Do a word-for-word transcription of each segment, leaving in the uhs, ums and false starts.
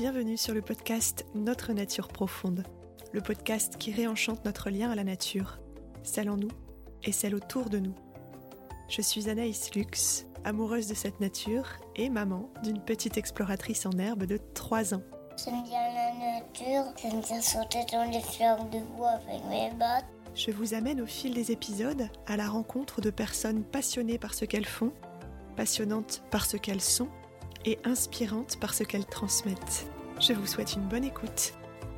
Bienvenue sur le podcast Notre Nature Profonde, le podcast qui réenchante notre lien à la nature, celle en nous et celle autour de nous. Je suis Anaïs Lux, amoureuse de cette nature et maman d'une petite exploratrice en herbe de trois ans. J'aime bien la nature, j'aime bien sauter dans les fleurs de bois avec mes bottes. Je vous amène au fil des épisodes à la rencontre de personnes passionnées par ce qu'elles font, passionnantes par ce qu'elles sont et inspirantes par ce qu'elles transmettent. Je vous souhaite une bonne écoute.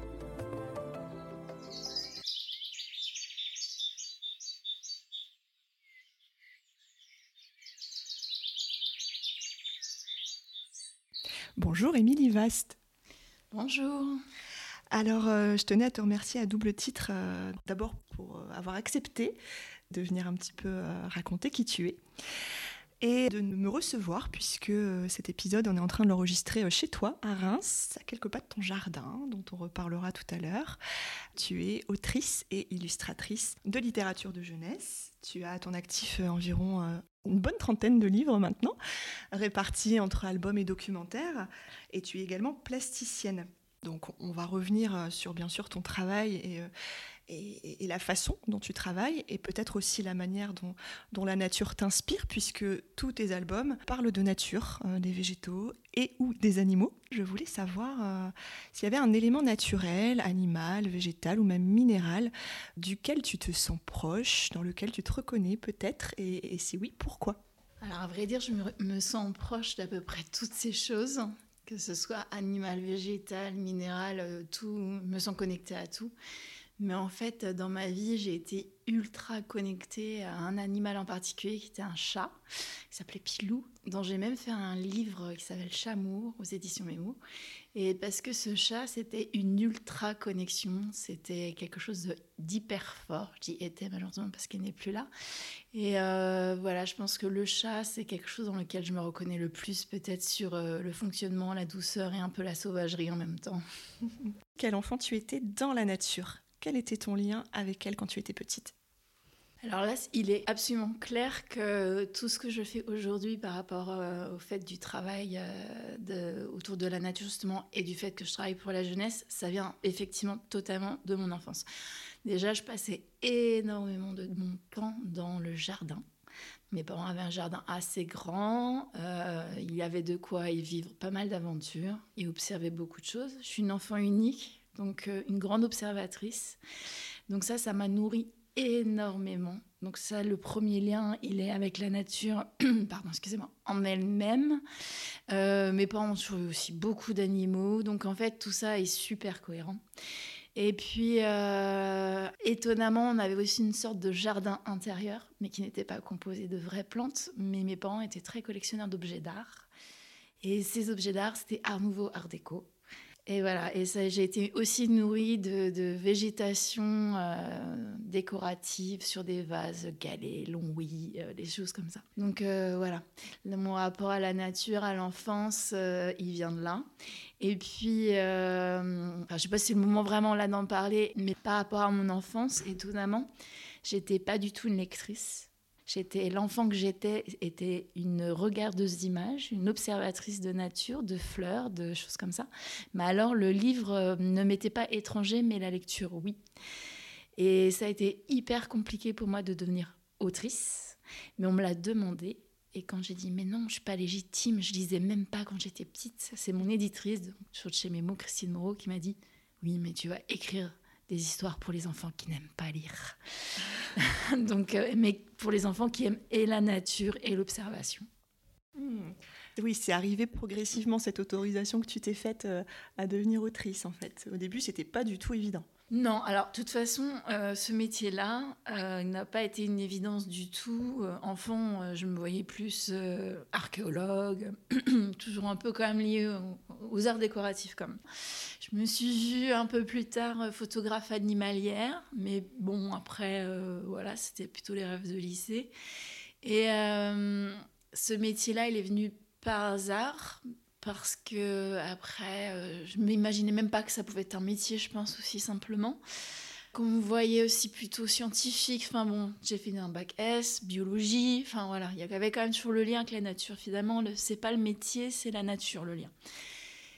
Bonjour Émilie Vaste. Bonjour. Alors, euh, je tenais à te remercier à double titre, euh, d'abord pour euh, avoir accepté de venir un petit peu euh, raconter qui tu es et de me recevoir puisque euh, cet épisode, on est en train de l'enregistrer euh, chez toi, à Reims, à quelques pas de ton jardin, dont on reparlera tout à l'heure. Tu es autrice et illustratrice de littérature de jeunesse. Tu as à ton actif euh, environ euh, une bonne trentaine de livres maintenant, répartis entre albums et documentaires, et tu es également plasticienne. Donc on va revenir sur bien sûr ton travail et, et, et la façon dont tu travailles et peut-être aussi la manière dont, dont la nature t'inspire puisque tous tes albums parlent de nature, euh, des végétaux et ou des animaux. Je voulais savoir euh, s'il y avait un élément naturel, animal, végétal ou même minéral duquel tu te sens proche, dans lequel tu te reconnais peut-être et, et si oui, pourquoi ? Alors à vrai dire, je me, me sens proche d'à peu près toutes ces choses. Que ce soit animal, végétal, minéral, euh, tout, me sens connectée à tout. Mais en fait, dans ma vie, j'ai été ultra connectée à un animal en particulier qui était un chat, qui s'appelait Pilou, dont j'ai même fait un livre qui s'appelle Chamour aux éditions Mémo. Et parce que ce chat, c'était une ultra connexion, c'était quelque chose de, d'hyper fort. J'y étais malheureusement parce qu'il n'est plus là. Et euh, voilà, je pense que le chat, c'est quelque chose dans lequel je me reconnais le plus, peut-être sur euh, le fonctionnement, la douceur et un peu la sauvagerie en même temps. Quel enfant tu étais dans la nature ? Quel était ton lien avec elle quand tu étais petite ? Alors là, il est absolument clair que tout ce que je fais aujourd'hui par rapport euh, au fait du travail euh, de, autour de la nature justement et du fait que je travaille pour la jeunesse, ça vient effectivement totalement de mon enfance. Déjà, je passais énormément de mon temps dans le jardin. Mes parents avaient un jardin assez grand, euh, il y avait de quoi y vivre pas mal d'aventures et observer beaucoup de choses. Je suis une enfant unique, donc euh, une grande observatrice. Donc ça, ça m'a nourrie énormément. Donc ça, le premier lien, il est avec la nature, pardon, excusez-moi, en elle-même. Euh, mes parents ont toujours eu aussi beaucoup d'animaux, donc en fait, tout ça est super cohérent. Et puis, euh, étonnamment, on avait aussi une sorte de jardin intérieur, mais qui n'était pas composé de vraies plantes. Mais mes parents étaient très collectionneurs d'objets d'art. Et ces objets d'art, c'était Art Nouveau, Art Déco. Et voilà, et ça, j'ai été aussi nourrie de, de végétation euh, décorative sur des vases, galets, longs-oui, euh, des choses comme ça. Donc euh, voilà, le, mon rapport à la nature, à l'enfance, euh, il vient de là. Et puis, euh, enfin, je ne sais pas si c'est le moment vraiment là d'en parler, mais par rapport à mon enfance, étonnamment, j'étais pas du tout une lectrice. J'étais, l'enfant que j'étais était une regardeuse d'images, une observatrice de nature, de fleurs, de choses comme ça. Mais alors, le livre ne m'était pas étranger, mais la lecture, oui. Et ça a été hyper compliqué pour moi de devenir autrice, mais on me l'a demandé. Et quand j'ai dit, mais non, je ne suis pas légitime, je ne lisais même pas quand j'étais petite. C'est mon éditrice, de chez Mémo, Christine Moreau, qui m'a dit, oui, mais tu vas écrire des histoires pour les enfants qui n'aiment pas lire. Donc, euh, mais pour les enfants qui aiment et la nature et l'observation. Mmh. Oui, c'est arrivé progressivement cette autorisation que tu t'es faite euh, à devenir autrice en fait. Au début, c'était pas du tout évident. Non, alors de toute façon, euh, ce métier-là, euh, il n'a pas été une évidence du tout. Euh, enfant, euh, je me voyais plus euh, archéologue, toujours un peu quand même liée aux, aux arts décoratifs quand même. Je me suis vue un peu plus tard euh, photographe animalière, mais bon, après, euh, voilà, c'était plutôt les rêves de lycée. Et euh, ce métier-là, il est venu par hasard, parce que après, euh, je m'imaginais même pas que ça pouvait être un métier, je pense aussi simplement. Qu'on me voyait aussi plutôt scientifique. Enfin bon, j'ai fait un bac S, biologie. Enfin voilà, il y avait quand même toujours le lien avec la nature. Finalement, le, c'est pas le métier, c'est la nature, le lien.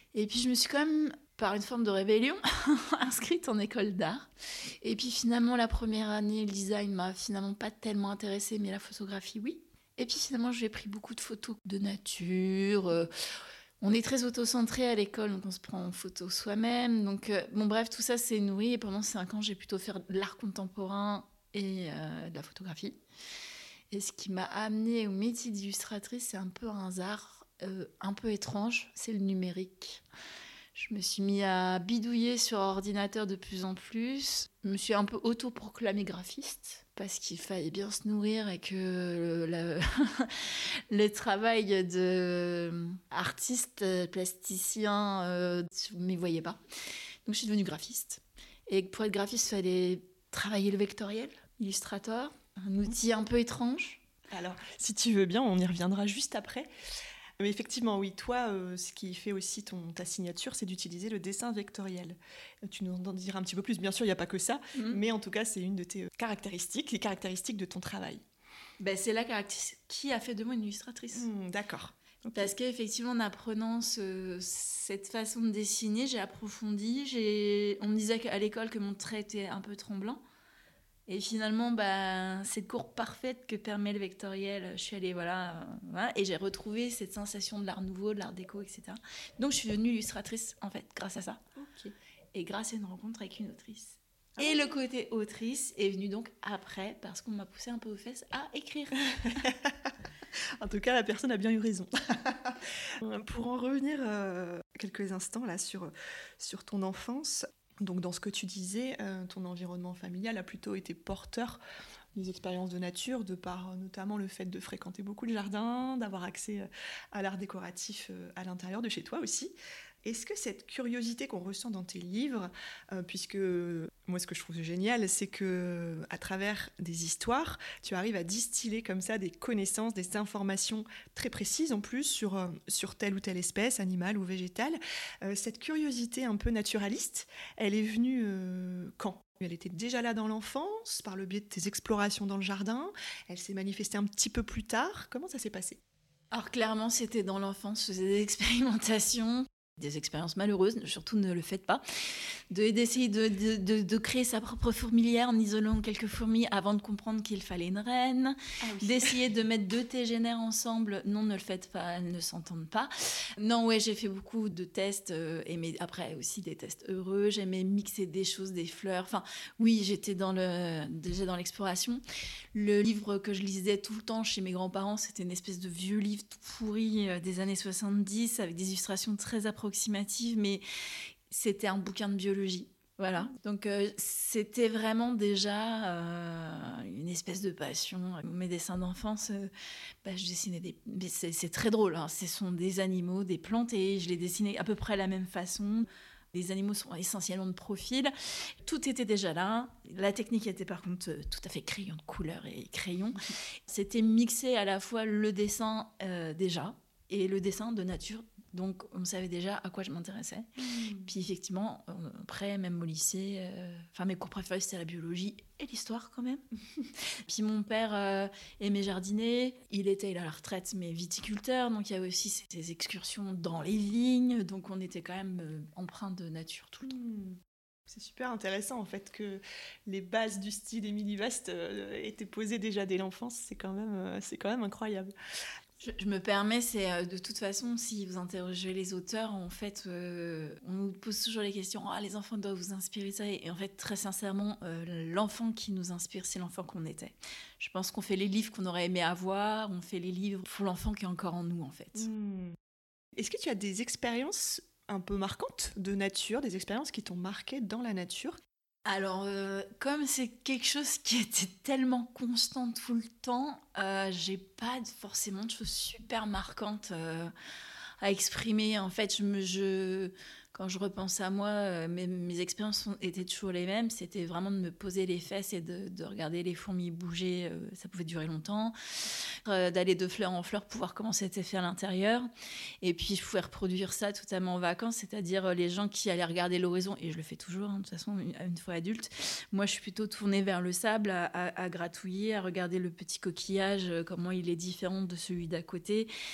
Et puis je me suis quand même, par une forme de rébellion, inscrite en école d'art. Et puis finalement, la première année, le design m'a finalement pas tellement intéressée, mais la photographie, oui. Et puis finalement, j'ai pris beaucoup de photos de nature. Euh, on est très auto-centré à l'école, donc on se prend en photo soi-même. Donc, euh, bon, bref, tout ça s'est nourri. Et pendant cinq ans, j'ai plutôt fait de l'art contemporain et euh, de la photographie. Et ce qui m'a amenée au métier d'illustratrice, c'est un peu un hasard euh, un peu étrange, c'est le numérique. Je me suis mis à bidouiller sur ordinateur de plus en plus. Je me suis un peu autoproclamée graphiste parce qu'il fallait bien se nourrir et que le, le, le travail d'artiste, plasticien, euh, je ne m'y voyais pas. Donc je suis devenue graphiste. Et pour être graphiste, il fallait travailler le vectoriel, Illustrator, un outil un peu étrange. Alors, si tu veux bien, on y reviendra juste après. Mais effectivement, oui, toi, euh, ce qui fait aussi ton, ta signature, c'est d'utiliser le dessin vectoriel. Tu nous en diras un petit peu plus. Bien sûr, il n'y a pas que ça, mmh. mais en tout cas, c'est une de tes caractéristiques, les caractéristiques de ton travail. Ben, c'est la caractéristique qui a fait de moi une illustratrice. Mmh, d'accord. Okay. Parce qu'effectivement, en apprenant ce, cette façon de dessiner, j'ai approfondi. J'ai... On me disait qu'à l'école que mon trait était un peu tremblant. Et finalement, bah, cette courbe parfaite que permet le vectoriel, je suis allée, voilà, euh, voilà, et j'ai retrouvé cette sensation de l'art nouveau, de l'art déco, et cetera. Donc, je suis devenue illustratrice, en fait, grâce à ça. Okay. Et grâce à une rencontre avec une autrice. Ah et oui. Le côté autrice est venu donc après, parce qu'on m'a poussé un peu aux fesses à écrire. En tout cas, la personne a bien eu raison. Pour en revenir euh, quelques instants là, sur, sur ton enfance... Donc dans ce que tu disais, euh, ton environnement familial a plutôt été porteur des expériences de nature, de par notamment le fait de fréquenter beaucoup le jardin, d'avoir accès à l'art décoratif à l'intérieur de chez toi aussi. Est-ce que cette curiosité qu'on ressent dans tes livres, euh, puisque moi ce que je trouve génial, c'est que à travers des histoires, tu arrives à distiller comme ça des connaissances, des informations très précises en plus sur, euh, sur telle ou telle espèce, animale ou végétale. Euh, cette curiosité un peu naturaliste, elle est venue euh, quand ? Elle était déjà là dans l'enfance, par le biais de tes explorations dans le jardin. Elle s'est manifestée un petit peu plus tard. Comment ça s'est passé ? Alors clairement, c'était dans l'enfance, je faisais des expérimentations. Des expériences malheureuses, surtout ne le faites pas, de, d'essayer de, de, de, de créer sa propre fourmilière en isolant quelques fourmis avant de comprendre qu'il fallait une reine, ah oui. D'essayer de mettre deux tégénaires ensemble, non, ne le faites pas, elles ne s'entendent pas. Non, ouais, j'ai fait beaucoup de tests, euh, et mais après aussi des tests heureux, j'aimais mixer des choses, des fleurs, enfin oui, j'étais dans le, déjà dans l'exploration. Le livre que je lisais tout le temps chez mes grands-parents, c'était une espèce de vieux livre tout pourri euh, des années soixante-dix avec des illustrations très appropriées, approximative, mais c'était un bouquin de biologie. Voilà. Donc, euh, c'était vraiment déjà euh, une espèce de passion. Mes dessins d'enfance, euh, bah, je dessinais des... C'est, c'est très drôle, hein. Ce sont des animaux, des plantes, et je les dessinais à peu près de la même façon. Les animaux sont essentiellement de profil. Tout était déjà là. La technique était par contre tout à fait crayon de couleur et crayon. C'était mixé à la fois le dessin euh, déjà et le dessin de nature. Donc, on savait déjà à quoi je m'intéressais. Mmh. Puis, effectivement, après, même au lycée, euh, enfin, mes cours préférés, c'était la biologie et l'histoire, quand même. Puis, mon père euh, aimait jardiner. Il était il a la retraite, mais viticulteur. Donc, il y avait aussi ces excursions dans les vignes. Donc, on était quand même euh, empreint de nature tout le temps. Mmh. C'est super intéressant, en fait, que les bases du style Émilie Vast euh, étaient posées déjà dès l'enfance. C'est quand même, euh, c'est quand même incroyable. Je, je me permets, c'est euh, de toute façon, si vous interrogez les auteurs, en fait, euh, on nous pose toujours les questions, ah, les enfants doivent vous inspirer ça. Et en fait, très sincèrement, euh, l'enfant qui nous inspire, c'est l'enfant qu'on était. Je pense qu'on fait les livres qu'on aurait aimé avoir, on fait les livres pour l'enfant qui est encore en nous, en fait. Mmh. Est-ce que tu as des expériences un peu marquantes de nature, des expériences qui t'ont marqué dans la nature ? Alors, euh, comme c'est quelque chose qui était tellement constant tout le temps, euh, j'ai pas forcément de choses super marquantes euh, à exprimer. En fait, je me, je, quand je repense à moi, euh, mes, mes expériences sont, étaient toujours les mêmes. C'était vraiment de me poser les fesses et de, de regarder les fourmis bouger. Euh, ça pouvait durer longtemps. Euh, d'aller de fleur en fleur pour voir comment c'était fait à l'intérieur. Et puis, je pouvais reproduire ça totalement en vacances, c'est-à-dire les gens qui allaient regarder l'horizon, et je le fais toujours, hein, de toute façon, une, une fois adulte. Moi, je suis plutôt tournée vers le sable, à, à, à gratouiller, à regarder le petit coquillage, comment il est différent de celui d'à côté.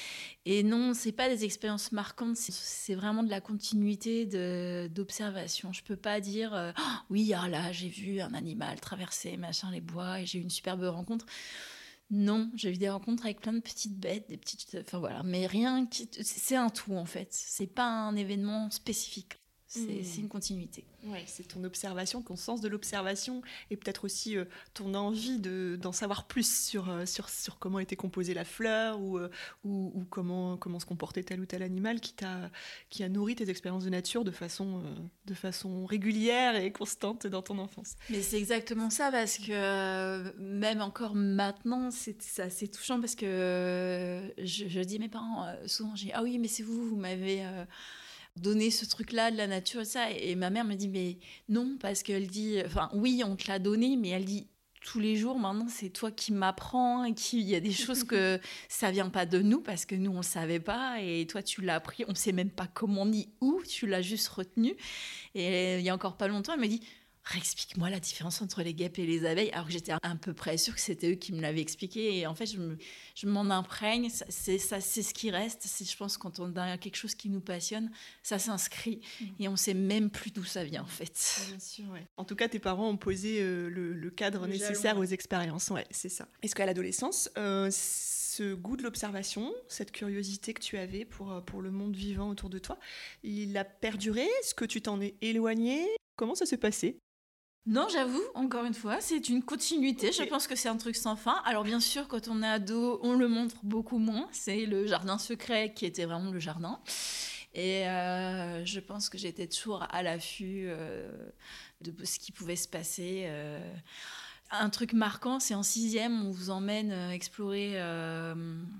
Et non, c'est pas des expériences marquantes, c'est, c'est vraiment de la continuité de, d'observation. Je peux pas dire euh, oh, oui, ah là, j'ai vu un animal traverser machin les bois et j'ai eu une superbe rencontre. Non, j'ai eu des rencontres avec plein de petites bêtes, des petites, enfin voilà, mais rien qui, c'est un tout en fait. C'est pas un événement spécifique. C'est, mmh. c'est une continuité. Ouais, c'est ton observation, ton sens de l'observation et peut-être aussi euh, ton envie de, d'en savoir plus sur, euh, sur, sur comment était composée la fleur ou, euh, ou, ou comment, comment se comportait tel ou tel animal qui, t'a, qui a nourri tes expériences de nature de façon, euh, de façon régulière et constante dans ton enfance. Mais c'est exactement ça parce que euh, même encore maintenant, c'est, c'est assez touchant parce que euh, je, je dis à mes parents, euh, souvent je dis « Ah oui, mais c'est vous, vous m'avez... Euh, donner ce truc-là de la nature et ça ». Et ma mère me dit mais non, parce qu'elle dit, enfin oui, on te l'a donné, mais elle dit tous les jours maintenant c'est toi qui m'apprends et qui, il y a des choses que ça vient pas de nous parce que nous on le savait pas et toi tu l'as appris, on sait même pas comment ni où, tu l'as juste retenu. Et il y a encore pas longtemps elle me dit explique-moi la différence entre les guêpes et les abeilles, alors que j'étais à peu près sûre que c'était eux qui me l'avaient expliqué. Et en fait, je, me, je m'en imprègne. Ça, c'est, ça, c'est ce qui reste. C'est, je pense quand on a quelque chose qui nous passionne, ça s'inscrit. Mmh. Et on ne sait même plus d'où ça vient, en fait. Bien sûr, ouais. En tout cas, tes parents ont posé euh, le, le cadre le nécessaire jalon, ouais. aux expériences. Ouais, c'est ça. Est-ce qu'à l'adolescence, euh, ce goût de l'observation, cette curiosité que tu avais pour, pour le monde vivant autour de toi, il a perduré ? Est-ce que tu t'en es éloigné ? Comment ça s'est passé ? Non, j'avoue, encore une fois, c'est une continuité. Okay. Je pense que c'est un truc sans fin. Alors bien sûr, quand on est ado, on le montre beaucoup moins. C'est le jardin secret qui était vraiment le jardin. Et euh, je pense que j'étais toujours à l'affût euh, de ce qui pouvait se passer. Euh, un truc marquant, c'est en sixième, on vous emmène explorer... Euh,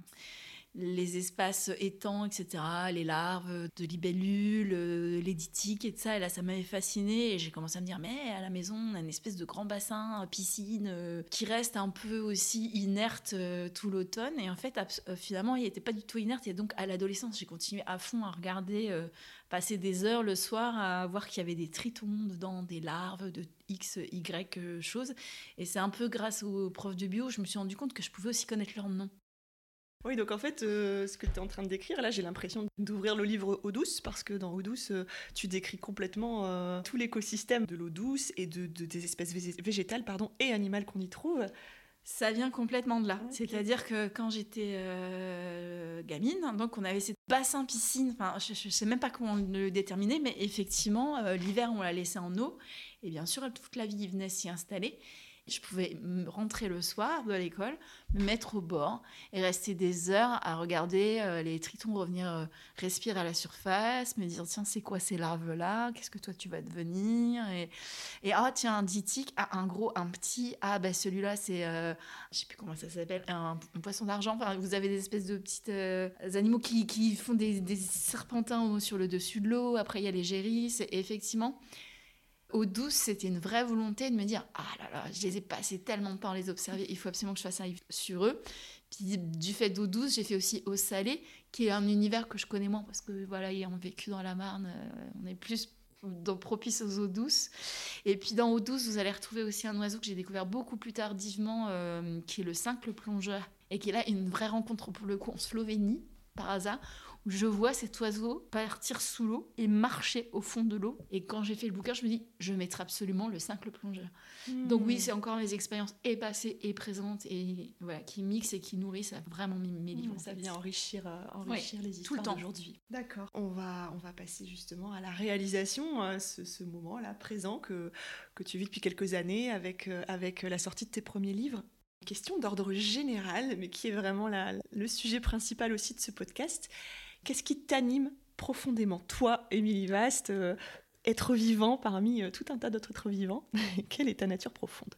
les espaces étangs, et cetera, les larves de libellules, les ditiques et tout ça. Et là, ça m'avait fascinée et j'ai commencé à me dire, mais à la maison, on a une espèce de grand bassin, piscine, euh, qui reste un peu aussi inerte euh, tout l'automne. Et en fait, abs- euh, finalement, il n'était pas du tout inerte. Et donc, à l'adolescence, j'ai continué à fond à regarder, euh, passer des heures le soir à voir qu'il y avait des tritons dedans, des larves de X, Y euh, choses. Et c'est un peu grâce aux profs de bio, je me suis rendu compte que je pouvais aussi connaître leurs noms. Oui, donc en fait, euh, ce que tu es en train de décrire, là, j'ai l'impression d'ouvrir le livre Eau douce, parce que dans Eau douce, euh, tu décris complètement euh, tout l'écosystème de l'eau douce et de, de, des espèces végétales pardon, et animales qu'on y trouve. Ça vient complètement de là. Okay. C'est-à-dire que quand j'étais euh, gamine, donc on avait ces bassins piscines, enfin, je ne sais même pas comment le déterminer, mais effectivement, euh, l'hiver, on la laissait en eau. Et bien sûr, toute la vie venait s'y installer. Je pouvais rentrer le soir de l'école, me mettre au bord et rester des heures à regarder euh, les tritons revenir euh, respirer à la surface, me dire tiens c'est quoi ces larves-là, qu'est-ce que toi tu vas devenir et, et ah tiens un ditique, ah, un gros, un petit, ah bah celui-là c'est, euh, je sais plus comment ça s'appelle, un, un poisson d'argent, enfin, vous avez des espèces de petits euh, animaux qui, qui font des, des serpentins sur le dessus de l'eau, après il y a les gérisses et effectivement... Eau douce, c'était une vraie volonté de me dire « Ah là là, je les ai passés tellement de temps à les observer, il faut absolument que je fasse un livre sur eux. » Puis du fait d'eau douce, j'ai fait aussi eau salée, qui est un univers que je connais moins parce que voilà, ayant vécu dans la Marne, euh, on est plus dans, propice aux eaux douces. Et puis dans eau douce, vous allez retrouver aussi un oiseau que j'ai découvert beaucoup plus tardivement, euh, qui est le cincle plongeur, et qui est là une vraie rencontre pour le coup en Slovénie, par hasard, où je vois cet oiseau partir sous l'eau et marcher au fond de l'eau. Et quand j'ai fait le bouquin, je me dis, je mettrai absolument le cincle plongeur. Mmh. Donc oui, c'est encore mes expériences et passées et présentes et voilà, qui mixent et qui nourrissent vraiment mes, mes livres. Mmh, ça vient enrichir, euh, enrichir ouais, les histoires tout le temps d'aujourd'hui. D'accord. On va, on va passer justement à la réalisation, euh, ce, ce moment-là présent que, que tu vis depuis quelques années avec, euh, avec la sortie de tes premiers livres. Question d'ordre général, mais qui est vraiment la, le sujet principal aussi de ce podcast. Qu'est-ce qui t'anime profondément, toi, Émilie Vast, euh, être vivant parmi euh, tout un tas d'autres êtres vivants? Quelle est ta nature profonde?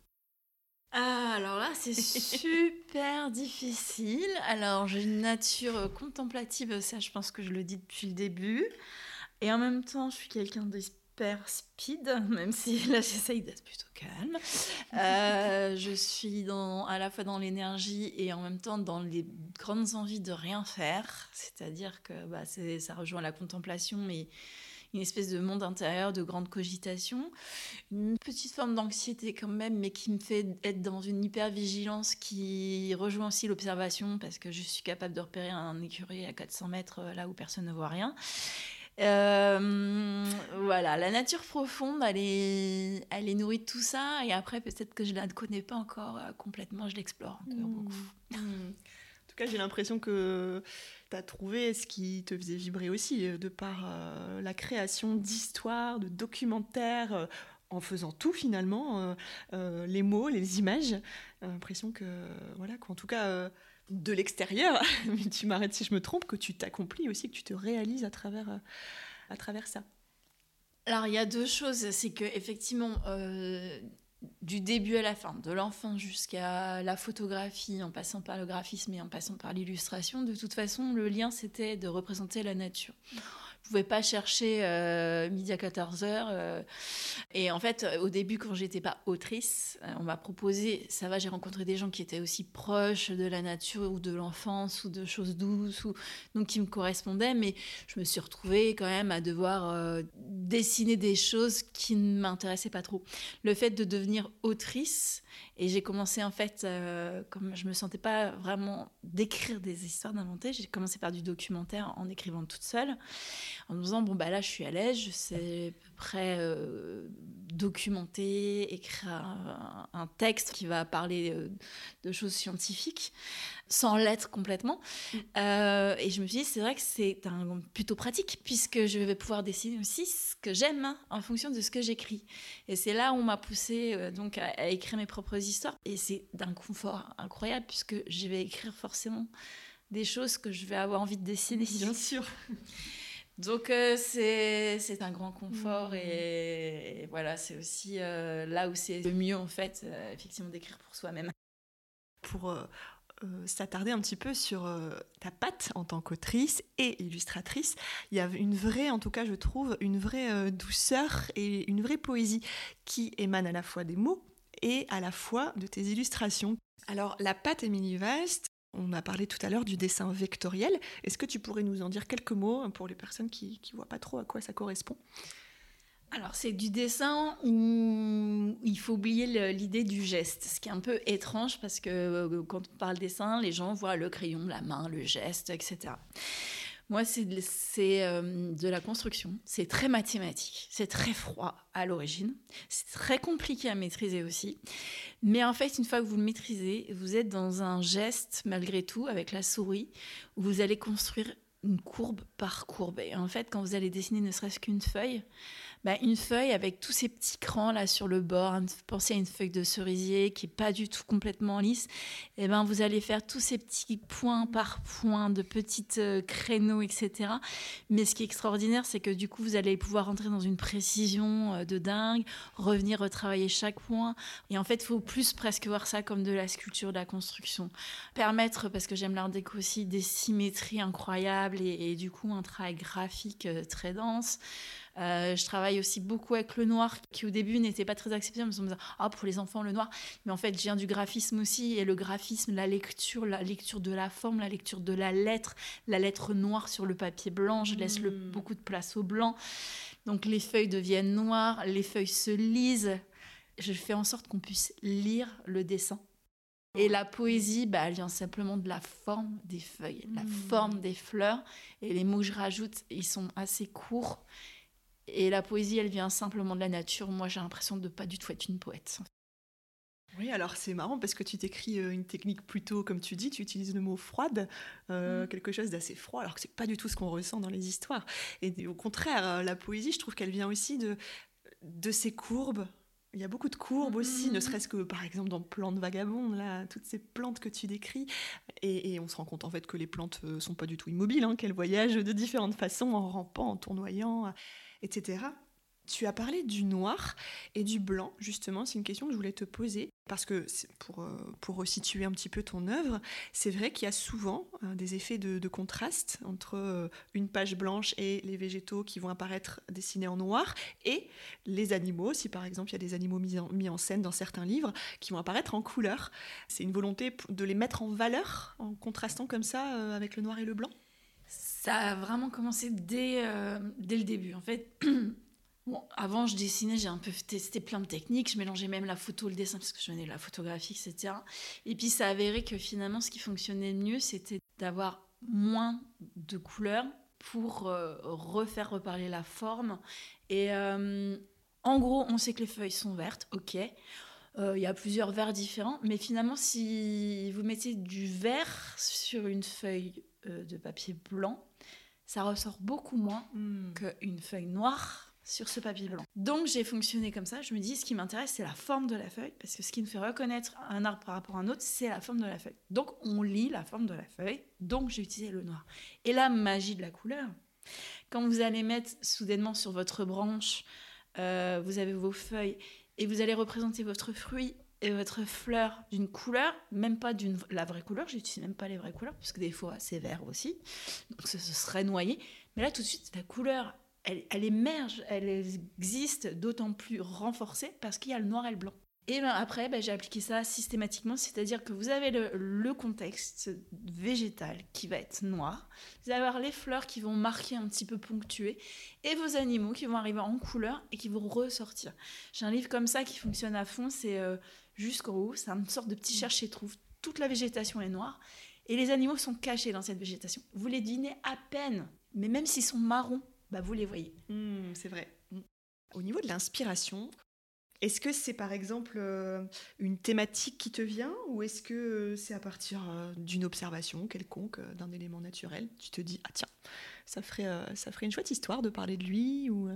Ah, alors là, c'est super difficile. Alors, j'ai une nature contemplative, ça, je pense que je le dis depuis le début. Et en même temps, je suis quelqu'un de hyper speed, même si là, j'essaye d'être plutôt calme. Euh, je suis dans, à la fois dans l'énergie et en même temps dans les grandes envies de rien faire. C'est-à-dire que bah, c'est, ça rejoint la contemplation, mais une espèce de monde intérieur, de grande cogitation, une petite forme d'anxiété quand même, mais qui me fait être dans une hyper-vigilance qui rejoint aussi l'observation, parce que je suis capable de repérer un écureuil à quatre cents mètres là où personne ne voit rien. Euh, voilà, la nature profonde, elle est, elle est nourrie de tout ça, et après peut-être que je ne la connais pas encore euh, complètement, je l'explore encore mmh. beaucoup. Mmh. En tout cas, j'ai l'impression que tu as trouvé ce qui te faisait vibrer aussi, de par euh, la création d'histoires, de documentaires, euh, en faisant tout finalement, euh, euh, les mots, les images. J'ai l'impression que, voilà, qu'en tout cas... Euh, de l'extérieur, mais tu m'arrêtes si je me trompe, que tu t'accomplis aussi, que tu te réalises à travers, à travers ça. Alors, il y a deux choses. C'est qu'effectivement, euh, du début à la fin, de l'enfant jusqu'à la photographie, en passant par le graphisme et en passant par l'illustration, de toute façon, le lien, c'était de représenter la nature. Je ne pouvais pas chercher euh, midi à quatorze heures. Euh, et en fait, au début, quand je n'étais pas autrice, euh, on m'a proposé, ça va, j'ai rencontré des gens qui étaient aussi proches de la nature ou de l'enfance ou de choses douces, ou, donc qui me correspondaient, mais je me suis retrouvée quand même à devoir euh, dessiner des choses qui ne m'intéressaient pas trop. Le fait de devenir autrice, et j'ai commencé en fait, euh, comme je ne me sentais pas vraiment d'écrire des histoires, d'inventer, j'ai commencé par du documentaire en écrivant toute seule, en me disant, bon, bah là, je suis à l'aise, je sais à peu près euh, documenter, écrire un, un texte qui va parler euh, de choses scientifiques, sans l'être complètement. Mmh. Euh, et je me suis dit, c'est vrai que c'est un, plutôt pratique, puisque je vais pouvoir dessiner aussi ce que j'aime hein, en fonction de ce que j'écris. Et c'est là où on m'a poussée euh, donc, à, à écrire mes propres histoires. Et c'est d'un confort incroyable, puisque je vais écrire forcément des choses que je vais avoir envie de dessiner. Bien sûr. Donc euh, c'est, c'est un grand confort mmh. et, et voilà, c'est aussi euh, là où c'est le mieux en fait, euh, effectivement d'écrire pour soi-même. Pour euh, euh, s'attarder un petit peu sur euh, ta patte en tant qu'autrice et illustratrice, il y a une vraie, en tout cas je trouve, une vraie euh, douceur et une vraie poésie qui émane à la fois des mots et à la fois de tes illustrations. Alors la patte Émilie Vast, on a parlé tout à l'heure du dessin vectoriel. Est-ce que tu pourrais nous en dire quelques mots pour les personnes qui ne voient pas trop à quoi ça correspond ? Alors, c'est du dessin où il faut oublier l'idée du geste, ce qui est un peu étrange parce que quand on parle dessin, les gens voient le crayon, la main, le geste, et cetera. Moi, c'est, de, c'est euh, de la construction. C'est très mathématique. C'est très froid à l'origine. C'est très compliqué à maîtriser aussi. Mais en fait, une fois que vous le maîtrisez, vous êtes dans un geste, malgré tout, avec la souris, où vous allez construire une courbe par courbe. Et en fait, quand vous allez dessiner ne serait-ce qu'une feuille, bah, une feuille avec tous ces petits crans là sur le bord, hein, pensez à une feuille de cerisier qui n'est pas du tout complètement lisse, et ben vous allez faire tous ces petits points par point, de petits euh, créneaux, et cetera. Mais ce qui est extraordinaire, c'est que du coup, vous allez pouvoir rentrer dans une précision euh, de dingue, revenir retravailler chaque point. Et en fait, il faut plus presque voir ça comme de la sculpture, de la construction. Permettre, parce que j'aime l'art déco aussi, des symétries incroyables et, et du coup, un travail graphique euh, très dense. Euh, je travaille aussi beaucoup avec le noir, qui au début n'était pas très accepté. On me disait, ah, pour les enfants, le noir. Mais en fait, je viens du graphisme aussi. Et le graphisme, la lecture, la lecture de la forme, la lecture de la lettre, la lettre noire sur le papier blanc. Je laisse mmh. le, beaucoup de place au blanc. Donc, les feuilles deviennent noires, les feuilles se lisent. Je fais en sorte qu'on puisse lire le dessin. Et la poésie, bah, elle vient simplement de la forme des feuilles, mmh. la forme des fleurs. Et les mots que je rajoute, ils sont assez courts. Et la poésie, elle vient simplement de la nature. Moi, j'ai l'impression de ne pas du tout être une poète. Oui, alors c'est marrant parce que tu t'écris une technique plutôt, comme tu dis, tu utilises le mot froide, euh, mmh. quelque chose d'assez froid, alors que ce n'est pas du tout ce qu'on ressent dans les histoires. Et au contraire, la poésie, je trouve qu'elle vient aussi de, de ces courbes. Il y a beaucoup de courbes aussi, mmh. ne serait-ce que par exemple dans Plantes vagabondes, là, toutes ces plantes que tu décris. Et, et on se rend compte en fait que les plantes ne sont pas du tout immobiles, hein, qu'elles voyagent de différentes façons, en rampant, en tournoyant, et cetera. Tu as parlé du noir et du blanc, justement, c'est une question que je voulais te poser, parce que pour, euh, pour resituer un petit peu ton œuvre, c'est vrai qu'il y a souvent euh, des effets de, de contraste entre euh, une page blanche et les végétaux qui vont apparaître dessinés en noir, et les animaux, si par exemple il y a des animaux mis en, mis en scène dans certains livres, qui vont apparaître en couleur. C'est une volonté de les mettre en valeur, en contrastant comme ça euh, avec le noir et le blanc ? Ça a vraiment commencé dès, euh, dès le début. En fait, bon, avant, je dessinais, j'ai un peu testé plein de techniques. Je mélangeais même la photo, le dessin, parce que je venais de la photographie, et cetera. Et puis, ça a avéré que finalement, ce qui fonctionnait le mieux, c'était d'avoir moins de couleurs pour euh, refaire reparler la forme. Et euh, en gros, on sait que les feuilles sont vertes, ok. Il euh, y a plusieurs verts différents, mais finalement, si vous mettez du vert sur une feuille euh, de papier blanc, ça ressort beaucoup moins mmh. qu'une feuille noire sur ce papier blanc. Donc, j'ai fonctionné comme ça. Je me dis, ce qui m'intéresse, c'est la forme de la feuille, parce que ce qui nous fait reconnaître un arbre par rapport à un autre, c'est la forme de la feuille. Donc, on lit la forme de la feuille, donc j'ai utilisé le noir. Et la magie de la couleur, quand vous allez mettre soudainement sur votre branche, euh, vous avez vos feuilles, et vous allez représenter votre fruit et votre fleur d'une couleur, même pas d'une la vraie couleur, j'utilise même pas les vraies couleurs, parce que des fois c'est vert aussi, donc ce, ce serait noyé. Mais là tout de suite, la couleur, elle, elle émerge, elle existe d'autant plus renforcée parce qu'il y a le noir et le blanc. Et ben après, ben j'ai appliqué ça systématiquement, c'est-à-dire que vous avez le, le contexte végétal qui va être noir, vous allez avoir les fleurs qui vont marquer un petit peu ponctuées, et vos animaux qui vont arriver en couleur et qui vont ressortir. J'ai un livre comme ça qui fonctionne à fond, c'est euh, Jusqu'en haut, c'est une sorte de petit cherche et trouve. Toute la végétation est noire, et les animaux sont cachés dans cette végétation. Vous les devinez à peine, mais même s'ils sont marrons, bah vous les voyez. Mmh, c'est vrai. Mmh. Au niveau de l'inspiration, est-ce que c'est par exemple euh, une thématique qui te vient, ou est-ce que euh, c'est à partir euh, d'une observation quelconque, euh, d'un élément naturel? Tu te dis, ah tiens, ça ferait, euh, ça ferait une chouette histoire de parler de lui ou...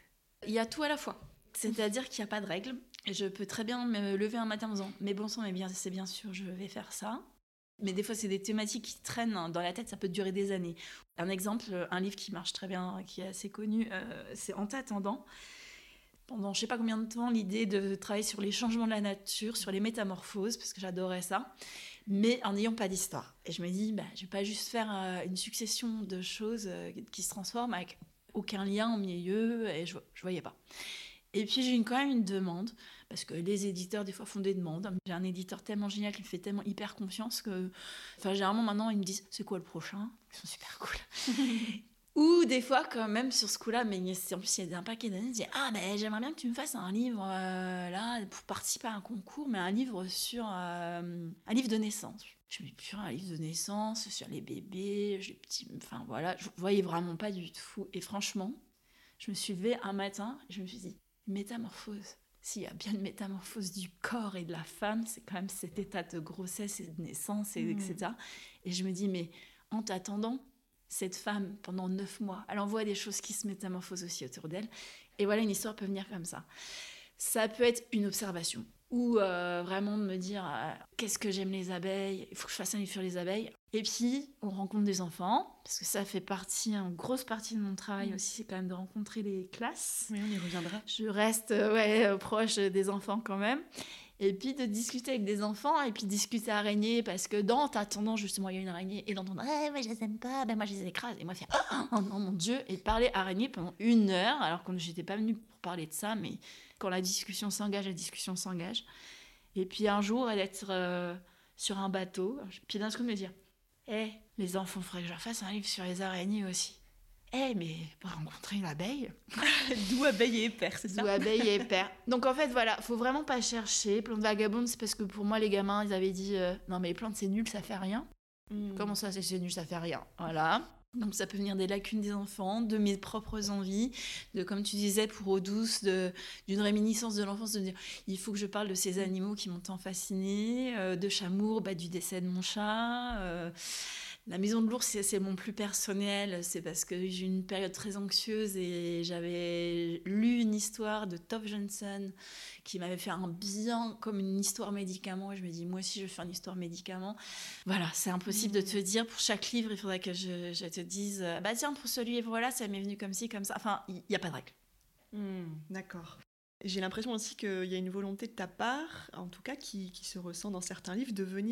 Il y a tout à la fois. C'est-à-dire qu'il n'y a pas de règle. Je peux très bien me lever un matin en disant, mais bon sang, mais bien, c'est bien sûr, je vais faire ça. Mais des fois, c'est des thématiques qui traînent dans la tête, ça peut durer des années. Un exemple, un livre qui marche très bien, qui est assez connu, euh, c'est En t'attendant. Pendant je sais pas combien de temps, l'idée de travailler sur les changements de la nature, sur les métamorphoses, parce que j'adorais ça, mais en n'ayant pas d'histoire. Et je me dis, bah, je vais pas juste faire euh, une succession de choses euh, qui se transforment avec aucun lien au milieu, et je, je voyais pas. Et puis j'ai eu quand même une demande, parce que les éditeurs des fois font des demandes. J'ai un éditeur tellement génial qui me fait tellement hyper confiance que, enfin généralement maintenant ils me disent, c'est quoi le prochain? Ils sont super cool. Ou des fois, quand même, sur ce coup-là, mais en plus, il y a un paquet d'années, je dis, ah, ben, j'aimerais bien que tu me fasses un livre, euh, là, pour participer à un concours, mais un livre sur... Euh, un livre de naissance. Je me dis, putain, un livre de naissance, sur les bébés, les petits... Enfin, voilà, je voyais vraiment pas du tout. Et franchement, je me suis levée un matin, et je me suis dit, métamorphose. S'il y a bien une métamorphose du corps et de la femme, c'est quand même cet état de grossesse et de naissance, et, mmh. et cetera. Et je me dis, mais en t'attendant... Cette femme, pendant neuf mois, elle envoie des choses qui se métamorphosent aussi autour d'elle. Et voilà, une histoire peut venir comme ça. Ça peut être une observation, ou euh, vraiment de me dire euh, qu'est-ce que j'aime les abeilles, il faut que je fasse un livre sur les abeilles. Et puis, on rencontre des enfants, parce que ça fait partie, une grosse partie de mon travail mmh. aussi, c'est quand même de rencontrer les classes. Oui, on y reviendra. Je reste euh, ouais, euh, proche des enfants quand même. Et puis de discuter avec des enfants, et puis discuter araignées, parce que dans t'attendant, justement, il y a une araignée, et d'entendre, ah, moi je les aime pas, ben moi je les écrase, et moi je fais, oh non, mon Dieu, et de parler araignée pendant une heure, alors que j'étais pas venue pour parler de ça, mais quand la discussion s'engage, la discussion s'engage. Et puis un jour, d'être euh, sur un bateau, puis d'un coup de me dire, hé, hey, les enfants, il faudrait que je leur fasse un livre sur les araignées aussi. Eh, hey, mais pour rencontrer une abeille. D'où abeille et père, c'est ça? D'où abeille et père. Donc en fait, voilà, faut vraiment pas chercher. Plantes vagabondes, c'est parce que pour moi, les gamins, ils avaient dit euh, non, mais les plantes, c'est nul, ça fait rien. Mm. Comment ça, c'est, c'est nul, ça fait rien? Voilà. Donc ça peut venir des lacunes des enfants, de mes propres envies, de, comme tu disais, pour Eau douce, de, d'une réminiscence de l'enfance, de dire il faut que je parle de ces animaux qui m'ont tant fascinée, euh, de Chamour, bah, du décès de mon chat. Euh, La Maison de l'ours, c'est, c'est mon plus personnel, c'est parce que j'ai eu une période très anxieuse et j'avais lu une histoire de Tove Jansson qui m'avait fait un bien comme une histoire médicament. Et je me dis, moi aussi, je vais faire une histoire médicament. Voilà, c'est impossible mmh. de te dire, pour chaque livre, il faudrait que je, je te dise, bah tiens, pour ce livre-là, ça m'est venu comme ci, comme ça. Enfin, il n'y a pas de règle. Mmh, d'accord. J'ai l'impression aussi qu'il y a une volonté de ta part, en tout cas, qui, qui se ressent dans certains livres, de venir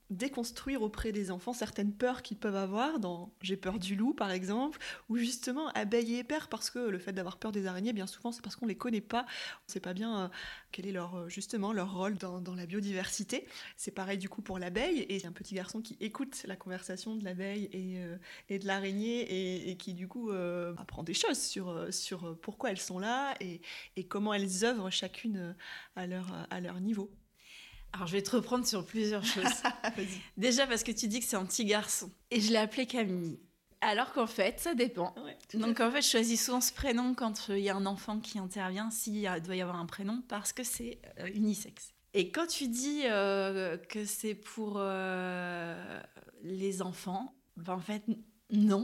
déconstruire auprès des enfants certaines peurs qu'ils peuvent avoir dans J'ai peur du loup par exemple, ou justement Abeilles et Pères, parce que le fait d'avoir peur des araignées, bien souvent c'est parce qu'on les connaît pas, on ne sait pas bien euh, quel est leur, justement leur rôle dans, dans la biodiversité. C'est pareil du coup pour l'abeille, et un petit garçon qui écoute la conversation de l'abeille et, euh, et de l'araignée et, et qui du coup euh, apprend des choses sur, sur pourquoi elles sont là et, et comment elles œuvrent chacune à leur, à leur niveau. Alors, je vais te reprendre sur plusieurs choses. Déjà, parce que tu dis que c'est un petit garçon. Et je l'ai appelé Camille. Alors qu'en fait, ça dépend. Ouais, Donc, en fait, je choisis souvent ce prénom quand il y a un enfant qui intervient, s'il doit y avoir un prénom, parce que c'est euh, unisexe. Et quand tu dis euh, que c'est pour euh, les enfants, ben en fait, non.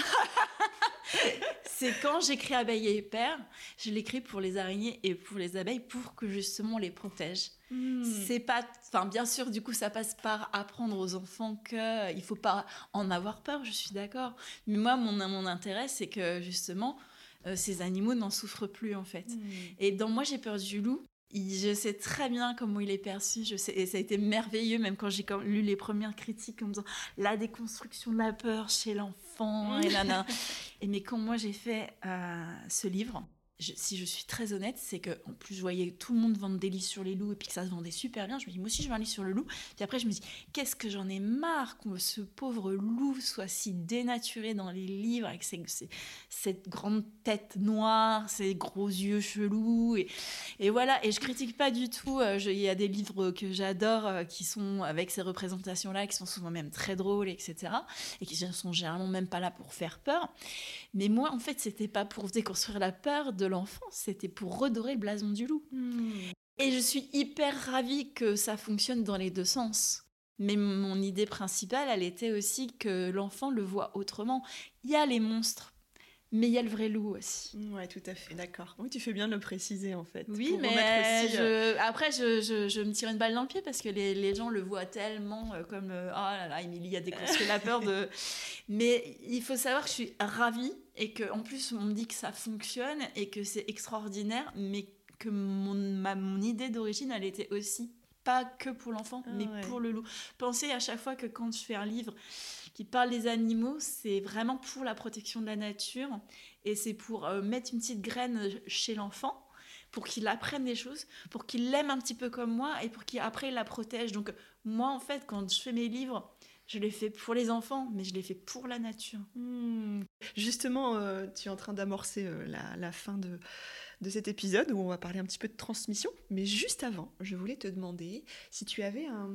C'est quand j'écris Abeilles et Pères, je l'écris pour les araignées et pour les abeilles pour que justement on les protège. Mmh. C'est pas, enfin bien sûr, du coup ça passe par apprendre aux enfants que il faut pas en avoir peur. Je suis d'accord, mais moi mon mon intérêt c'est que justement euh, ces animaux n'en souffrent plus en fait. Mmh. Et dans Moi j'ai peur du loup, je sais très bien comment il est perçu, je sais, et ça a été merveilleux, même quand j'ai lu les premières critiques en me disant la déconstruction de la peur chez l'enfant, et, là, et mais quand moi j'ai fait euh, ce livre, je, si je suis très honnête, c'est que en plus je voyais tout le monde vendre des livres sur les loups et puis que ça se vendait super bien. Je me dis moi aussi je veux un livre sur le loup. Puis après je me dis qu'est-ce que j'en ai marre que ce pauvre loup soit si dénaturé dans les livres avec ses, ses, cette grande tête noire, ses gros yeux chelous et, et voilà. Et je critique pas du tout. Il euh, y a des livres que j'adore euh, qui sont avec ces représentations là, qui sont souvent même très drôles, et cetera. Et qui sont généralement même pas là pour faire peur. Mais moi en fait c'était pas pour déconstruire la peur de l'enfant, c'était pour redorer le blason du loup. Mmh. Et je suis hyper ravie que ça fonctionne dans les deux sens. Mais mon idée principale, elle était aussi que l'enfant le voit autrement. Il y a les monstres, mais il y a le vrai loup aussi. Ouais, tout à fait, d'accord. Oui, tu fais bien de le préciser en fait. Oui, mais aussi, je... Euh... après, je, je, je me tire une balle dans le pied parce que les, les gens le voient tellement euh, comme euh, oh là là, Émilie a déconstruit la peur de. Mais il faut savoir que je suis ravie et qu'en plus, on me dit que ça fonctionne et que c'est extraordinaire, mais que mon, ma, mon idée d'origine, elle était aussi pas que pour l'enfant, ah, mais ouais. pour le loup. Pensez à chaque fois que quand je fais un livre qui parle des animaux, c'est vraiment pour la protection de la nature et c'est pour euh, mettre une petite graine chez l'enfant pour qu'il apprenne des choses, pour qu'il l'aime un petit peu comme moi et pour qu'après il la protège. Donc moi, en fait, quand je fais mes livres, je les fais pour les enfants, mais je les fais pour la nature. Mmh. Justement, euh, tu es en train d'amorcer euh, la, la fin de, de cet épisode où on va parler un petit peu de transmission. Mais juste avant, je voulais te demander si tu avais un,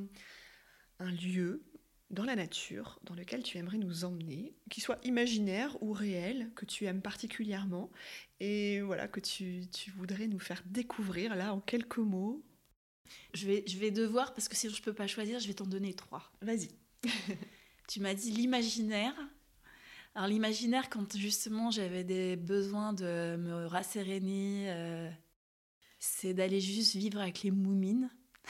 un lieu dans la nature dans lequel tu aimerais nous emmener, qui soit imaginaire ou réel, que tu aimes particulièrement, et voilà, que tu, tu voudrais nous faire découvrir là en quelques mots. Je vais, je vais devoir, parce que sinon je ne peux pas choisir, je vais t'en donner trois. Vas-y. Tu m'as dit l'imaginaire. Alors l'imaginaire, quand justement j'avais des besoins de me rasséréner, euh, c'est d'aller juste vivre avec les moumines.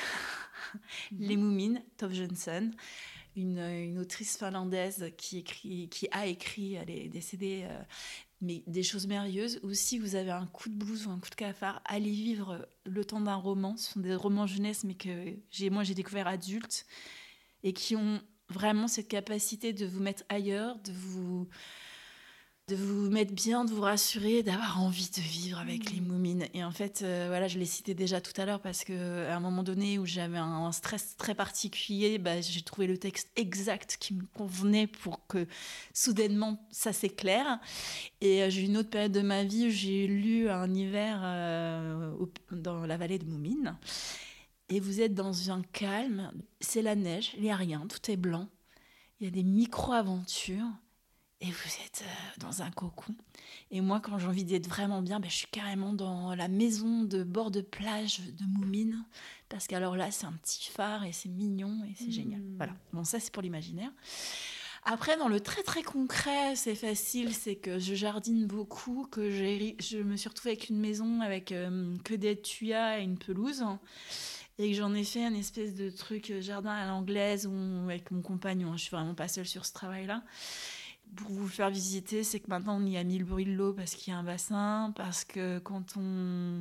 Les moumines, Tove Jansson, une, une autrice finlandaise qui, écrit, qui a écrit, elle est décédée, euh, mais des choses merveilleuses. Ou si vous avez un coup de blues ou un coup de cafard, allez vivre le temps d'un roman. Ce sont des romans jeunesse, mais que j'ai, moi j'ai découvert adulte, et qui ont vraiment cette capacité de vous mettre ailleurs, de vous, de vous mettre bien, de vous rassurer, d'avoir envie de vivre avec mmh. les moumines. Et en fait, euh, voilà, je l'ai cité déjà tout à l'heure parce qu'à un moment donné où j'avais un, un stress très particulier, bah, j'ai trouvé le texte exact qui me convenait pour que soudainement ça s'éclaire. Et euh, j'ai eu une autre période de ma vie où j'ai lu un hiver euh, au, dans la vallée de Moumine. Et vous êtes dans un calme, c'est la neige, il n'y a rien, tout est blanc. Il y a des micro-aventures et vous êtes euh, dans un cocon. Et moi, quand j'ai envie d'être vraiment bien, ben, je suis carrément dans la maison de bord de plage de Moumine. Parce qu'alors là, c'est un petit phare et c'est mignon et c'est mmh. génial. Voilà, bon, ça c'est pour l'imaginaire. Après, dans le très très concret, c'est facile, c'est que je jardine beaucoup, que j'ai, je me suis retrouvée avec une maison avec euh, que des tuyas et une pelouse. Et que j'en ai fait un espèce de truc jardin à l'anglaise ou avec mon compagnon. Je suis vraiment pas seule sur ce travail-là. Pour vous le faire visiter, c'est que maintenant on y a mis le bruit de l'eau parce qu'il y a un bassin, parce que quand on,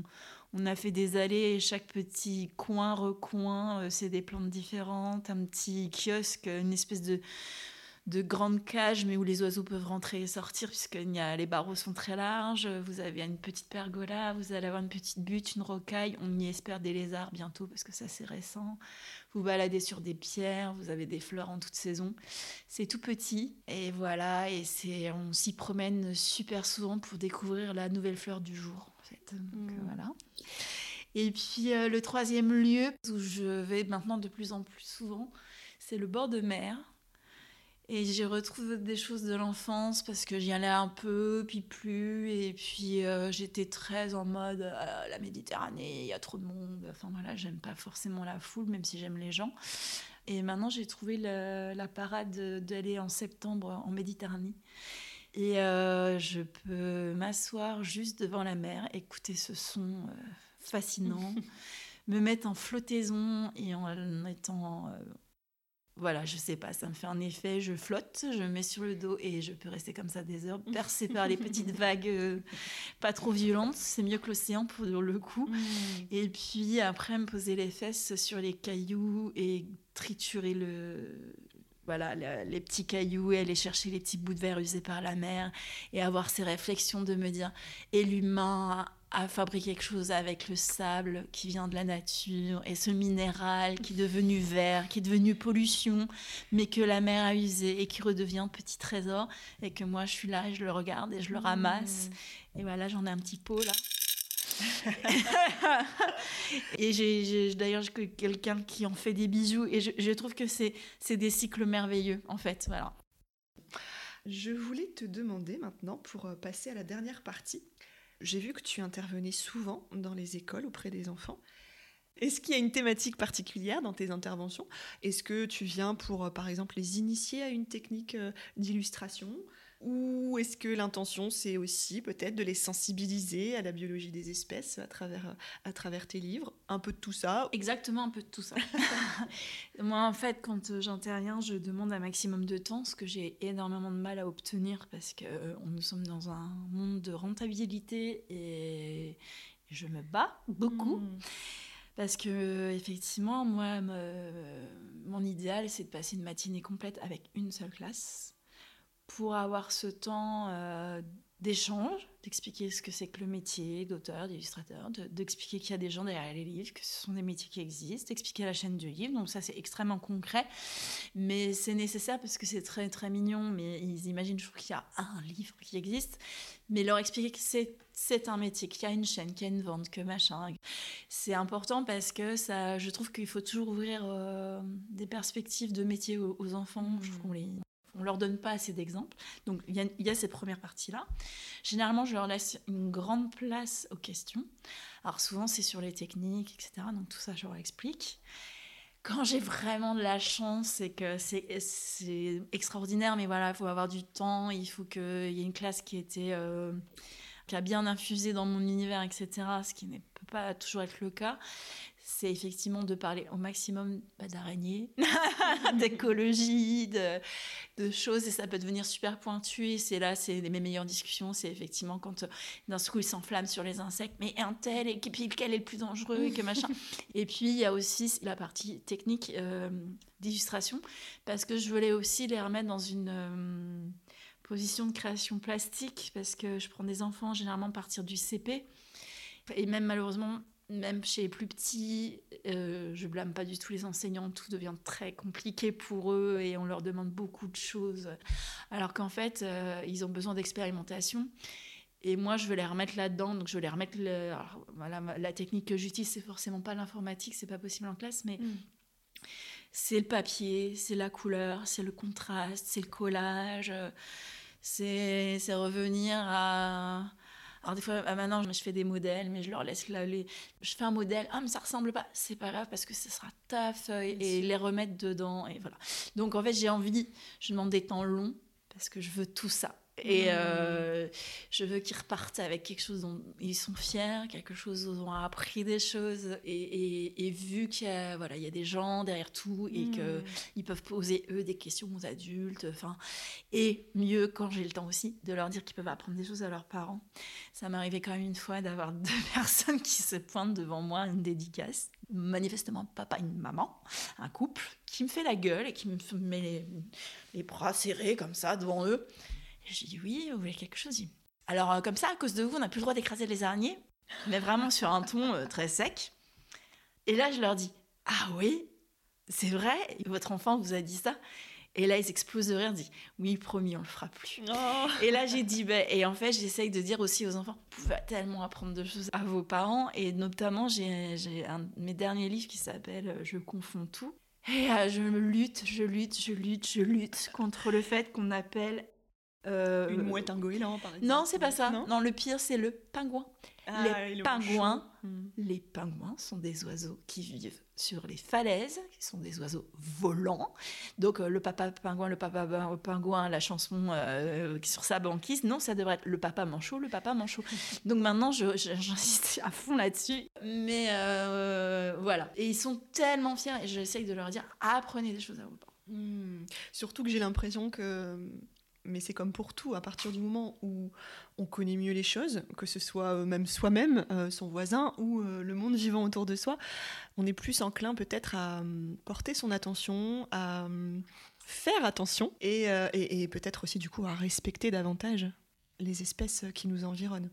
On a fait des allées et chaque petit coin, recoin, euh, c'est des plantes différentes. Un petit kiosque, une espèce de, de grande cage, mais où les oiseaux peuvent rentrer et sortir, puisque y a, les barreaux sont très larges. Vous avez une petite pergola, vous allez avoir une petite butte, une rocaille. On y espère des lézards bientôt, parce que ça, c'est récent. Vous baladez sur des pierres, vous avez des fleurs en toute saison. C'est tout petit, et voilà, et c'est, on s'y promène super souvent pour découvrir la nouvelle fleur du jour, en fait. Donc, mmh. voilà. Et puis, euh, le troisième lieu où je vais maintenant de plus en plus souvent, c'est le bord de mer. Et j'y retrouve des choses de l'enfance parce que j'y allais un peu, puis plus. Et puis euh, j'étais très en mode euh, la Méditerranée, il y a trop de monde. Enfin voilà, j'aime pas forcément la foule, même si j'aime les gens. Et maintenant, j'ai trouvé le, la parade d'aller en septembre en Méditerranée. Et euh, je peux m'asseoir juste devant la mer, écouter ce son euh, fascinant, me mettre en flottaison et en étant... Euh, Voilà, je sais pas, ça me fait un effet, je flotte, je me mets sur le dos et je peux rester comme ça des heures, bercée par les petites vagues euh, pas trop violentes, c'est mieux que l'océan pour le coup. Mmh. Et puis après, me poser les fesses sur les cailloux et triturer le... Voilà, le, les petits cailloux et aller chercher les petits bouts de verre usés par la mer et avoir ces réflexions de me dire, et l'humain a fabriqué quelque chose avec le sable qui vient de la nature et ce minéral qui est devenu vert, qui est devenu pollution, mais que la mer a usé et qui redevient petit trésor et que moi je suis là et je le regarde et je le ramasse. Mmh. Et voilà, j'en ai un petit pot là. Et j'ai, j'ai d'ailleurs j'ai quelqu'un qui en fait des bijoux et je, je trouve que c'est, c'est des cycles merveilleux en fait, voilà. Je voulais te demander maintenant, pour passer à la dernière partie, j'ai vu que tu intervenais souvent dans les écoles auprès des enfants. Est-ce qu'il y a une thématique particulière dans tes interventions ? Est-ce que tu viens pour, par exemple, les initier à une technique d'illustration ? Ou est-ce que l'intention, c'est aussi peut-être de les sensibiliser à la biologie des espèces à travers, à travers tes livres ? Un peu de tout ça ? Exactement, un peu de tout ça. Moi, en fait, quand j'interviens, je demande un maximum de temps, ce que j'ai énormément de mal à obtenir parce que euh, nous sommes dans un monde de rentabilité et je me bats beaucoup. Mmh. Parce que, effectivement, moi, me... mon idéal, c'est de passer une matinée complète avec une seule classe pour avoir ce temps euh, d'échange, d'expliquer ce que c'est que le métier d'auteur, d'illustrateur, de, d'expliquer qu'il y a des gens derrière les livres, que ce sont des métiers qui existent, d'expliquer la chaîne du livre. Donc ça, c'est extrêmement concret, mais c'est nécessaire parce que c'est très, très mignon, mais ils imaginent toujours qu'il y a un livre qui existe, mais leur expliquer que c'est, c'est un métier, qu'il y a une chaîne, qu'il y a une vente, que machin. C'est important parce que ça, je trouve qu'il faut toujours ouvrir euh, des perspectives de métier aux, aux enfants. Mmh. Je trouve qu'on les... On ne leur donne pas assez d'exemples. Donc, il y, y a ces premières parties-là. Généralement, je leur laisse une grande place aux questions. Alors, souvent, c'est sur les techniques, et cetera. Donc, tout ça, je leur explique. Quand j'ai vraiment de la chance, c'est que c'est, c'est extraordinaire, mais voilà, il faut avoir du temps. Il faut qu'il y ait une classe qui, était, euh, qui a bien infusé dans mon univers, et cetera. Ce qui ne peut pas toujours être le cas. C'est effectivement de parler au maximum bah, d'araignées, d'écologie, de, de choses, et ça peut devenir super pointu, et c'est là, c'est mes meilleures discussions, c'est effectivement quand euh, d'un coup ils s'enflamment sur les insectes, mais un tel, et puis lequel est le plus dangereux, et que machin. Et puis il y a aussi la partie technique euh, d'illustration, parce que je voulais aussi les remettre dans une... Euh, position de création plastique, parce que je prends des enfants généralement à partir du C P, et même malheureusement... Même chez les plus petits, euh, je blâme pas du tout les enseignants, tout devient très compliqué pour eux et on leur demande beaucoup de choses. Alors qu'en fait, euh, ils ont besoin d'expérimentation. Et moi, je veux les remettre là-dedans. Donc, je veux les remettre... Le... Alors, voilà, la technique que j'utilise, c'est forcément pas l'informatique, c'est pas possible en classe, mais mm. c'est le papier, c'est la couleur, c'est le contraste, c'est le collage. C'est, c'est revenir à... Alors des fois, maintenant, je fais des modèles, mais je leur laisse là, les... Je fais un modèle, ah mais ça ressemble pas, c'est pas grave parce que ce sera ta feuille et les remettre dedans et voilà. Donc en fait, j'ai envie, je demande des temps longs parce que je veux tout ça. Et euh, je veux qu'ils repartent avec quelque chose dont ils sont fiers, quelque chose dont ils ont appris des choses. Et, et, et vu qu'il y a, voilà, il y a des gens derrière tout et mmh. qu'ils peuvent poser, eux, des questions aux adultes. Et mieux, quand j'ai le temps aussi, de leur dire qu'ils peuvent apprendre des choses à leurs parents. Ça m'est arrivé quand même une fois d'avoir deux personnes qui se pointent devant moi, une dédicace. Manifestement, papa et une maman, un couple, qui me fait la gueule et qui me met les, les bras serrés comme ça devant eux. Et j'ai dit oui, vous voulez quelque chose? Alors euh, comme ça, à cause de vous, on n'a plus le droit d'écraser les araignées, mais vraiment sur un ton euh, très sec. Et là, je leur dis ah oui, c'est vrai, votre enfant vous a dit ça? Et là, ils explosent de rire, disent oui, promis, on le fera plus. Oh. Et là, j'ai dit bah, et en fait, j'essaye de dire aussi aux enfants, vous pouvez tellement apprendre de choses à vos parents. Et notamment, j'ai, j'ai un de mes derniers livres qui s'appelle Je confonds tout. Et euh, je lutte, je lutte, je lutte, je lutte contre le fait qu'on appelle Euh, une mouette, un goéland, par exemple. Non, c'est pas ça. Non, non, le pire, c'est le pingouin. Ah, les pingouins, hmm. les pingouins sont des oiseaux qui vivent sur les falaises, qui sont des oiseaux volants. Donc euh, le papa pingouin, le papa pingouin, la chanson euh, sur sa banquise, non, ça devrait être le papa manchot, le papa manchot. Donc maintenant, je, je, j'insiste à fond là-dessus. Mais euh, voilà. Et ils sont tellement fiers et j'essaye de leur dire, apprenez des choses à vos parents. Hmm. Surtout que j'ai l'impression que... Mais c'est comme pour tout, à partir du moment où on connaît mieux les choses, que ce soit même soi-même, euh, son voisin ou euh, le monde vivant autour de soi, on est plus enclin peut-être à euh, porter son attention, à euh, faire attention et, euh, et, et peut-être aussi du coup à respecter davantage les espèces qui nous environnent.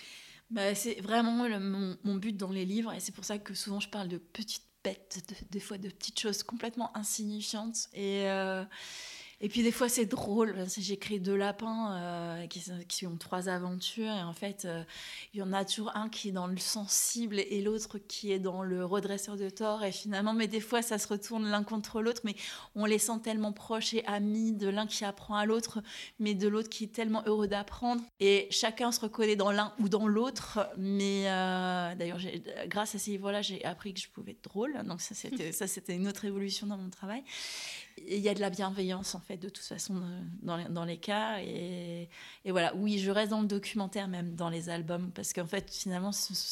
Bah, c'est vraiment le, mon, mon but dans les livres et c'est pour ça que souvent je parle de petites bêtes, de, des fois de petites choses complètement insignifiantes et... Euh, Et puis des fois c'est drôle, parce que j'écris deux lapins euh, qui, qui ont trois aventures et en fait il euh, y en a toujours un qui est dans le sensible et l'autre qui est dans le redresseur de tort et finalement mais des fois ça se retourne l'un contre l'autre mais on les sent tellement proches et amis de l'un qui apprend à l'autre mais de l'autre qui est tellement heureux d'apprendre et chacun se reconnaît dans l'un ou dans l'autre mais euh, d'ailleurs j'ai, grâce à ces livres-là j'ai appris que je pouvais être drôle donc ça c'était, ça, c'était une autre évolution dans mon travail. Il y a de la bienveillance en fait de toute façon dans les, dans les cas et, et voilà oui je reste dans le documentaire même dans les albums parce qu'en fait finalement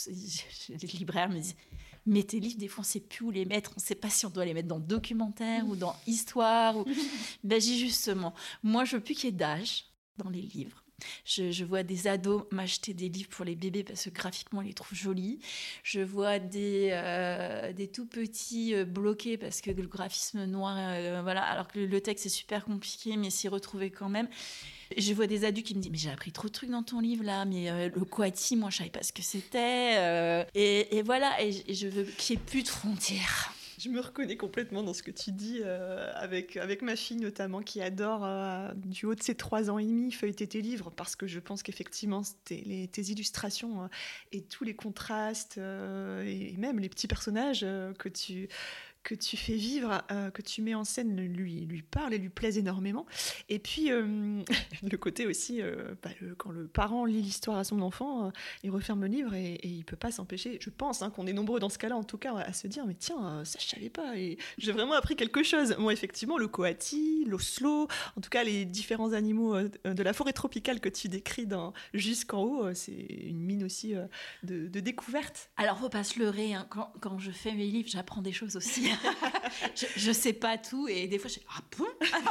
les libraires me disent mais tes livres des fois on ne sait plus où les mettre, on ne sait pas si on doit les mettre dans documentaire ou dans histoire ou... ben j'ai justement moi je veux plus qu'il y ait d'âge dans les livres. Je, je vois des ados m'acheter des livres pour les bébés parce que graphiquement ils les trouvent jolis. Je vois des, euh, des tout petits euh, bloqués parce que le graphisme noir, euh, voilà, alors que le texte est super compliqué, mais s'y retrouver quand même. Je vois des adultes qui me disent mais j'ai appris trop de trucs dans ton livre là, mais euh, le coati, moi je savais pas ce que c'était. Euh, et, et voilà, et, et je veux qu'il n'y ait plus de frontières. Je me reconnais complètement dans ce que tu dis, euh, avec, avec ma fille notamment, qui adore, euh, du haut de ses trois ans et demi, feuilleter tes livres, parce que je pense qu'effectivement, tes, les, tes illustrations euh, et tous les contrastes, euh, et même les petits personnages euh, que tu... que tu fais vivre, euh, que tu mets en scène, lui, lui parle et lui plaise énormément. Et puis, euh, le côté aussi, euh, bah, le, quand le parent lit l'histoire à son enfant, euh, il referme le livre et, et il ne peut pas s'empêcher, je pense hein, qu'on est nombreux dans ce cas-là, en tout cas, à se dire, mais tiens, euh, ça, je ne savais pas. Et j'ai vraiment appris quelque chose. Moi, effectivement, le coati, l'oslo, en tout cas, les différents animaux euh, de la forêt tropicale que tu décris dans Jusqu'en haut, euh, c'est une mine aussi euh, de, de découverte. Alors, il ne faut pas se leurrer. Hein. Quand, quand je fais mes livres, j'apprends des choses aussi. je ne sais pas tout et des fois je dis ah bon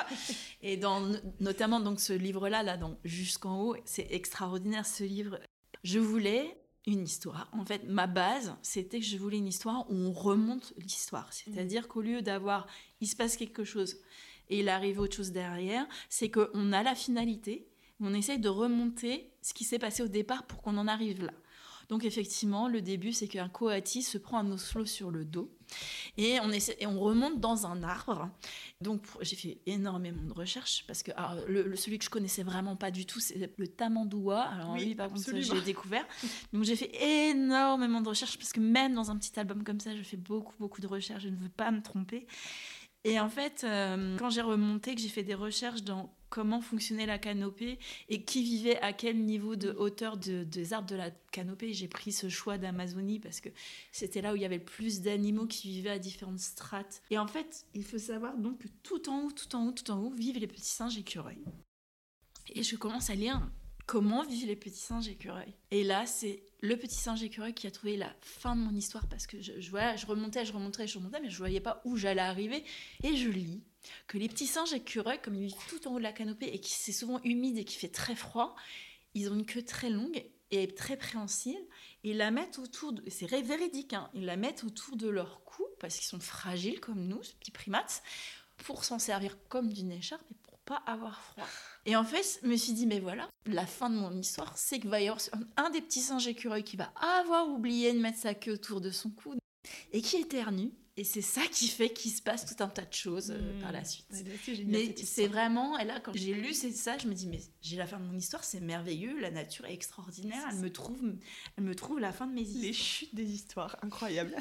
et dans notamment donc ce livre là là donc Jusqu'en haut c'est extraordinaire ce livre. Je voulais une histoire en fait, ma base c'était que je voulais une histoire où on remonte l'histoire, c'est-à-dire qu'au lieu d'avoir il se passe quelque chose et il arrive autre chose derrière, c'est qu'on a la finalité, on essaye de remonter ce qui s'est passé au départ pour qu'on en arrive là. Donc effectivement, le début, c'est qu'un coati se prend un oslo sur le dos et on, essaie, et on remonte dans un arbre. Donc j'ai fait énormément de recherches parce que alors, le, le, celui que je connaissais vraiment pas du tout, c'est le tamandoua. Alors oui, lui, par contre, ça, j'ai découvert. Donc j'ai fait énormément de recherches parce que même dans un petit album comme ça, je fais beaucoup, beaucoup de recherches. Je ne veux pas me tromper. Et en fait, euh, quand j'ai remonté, que j'ai fait des recherches dans comment fonctionnait la canopée et qui vivait à quel niveau de hauteur de, des arbres de la canopée, j'ai pris ce choix d'Amazonie parce que c'était là où il y avait le plus d'animaux qui vivaient à différentes strates. Et en fait, il faut savoir donc que tout en haut, tout en haut, tout en haut, vivent les petits singes écureuils. Et je commence à lire comment vivent les petits singes écureuils. Et là, c'est le petit singe écureuil qui a trouvé la fin de mon histoire parce que je, je, voilà, je remontais, je remontais, je remontais, mais je ne voyais pas où j'allais arriver. Et je lis que les petits singes écureuils, comme ils vivent tout en haut de la canopée et qui c'est souvent humide et qui fait très froid, ils ont une queue très longue et très préhensile. Et ils la mettent autour de... C'est véridique, hein, ils la mettent autour de leur cou parce qu'ils sont fragiles comme nous, ce petit primate, pour s'en servir comme d'une écharpe et pour pas avoir froid. Et en fait, je me suis dit, mais voilà, la fin de mon histoire, c'est qu'il va y avoir un des petits singes écureuils qui va avoir oublié de mettre sa queue autour de son cou et qui éternue. Et c'est ça qui fait qu'il se passe tout un tas de choses euh, mmh. par la suite. Ouais, c'est génial, mais c'est vraiment, et là, quand j'ai lu c'est ça, je me dis, mais j'ai la fin de mon histoire, c'est merveilleux, la nature est extraordinaire, elle me trouve, elle me trouve la fin de mes histoires. Les chutes des histoires, incroyable.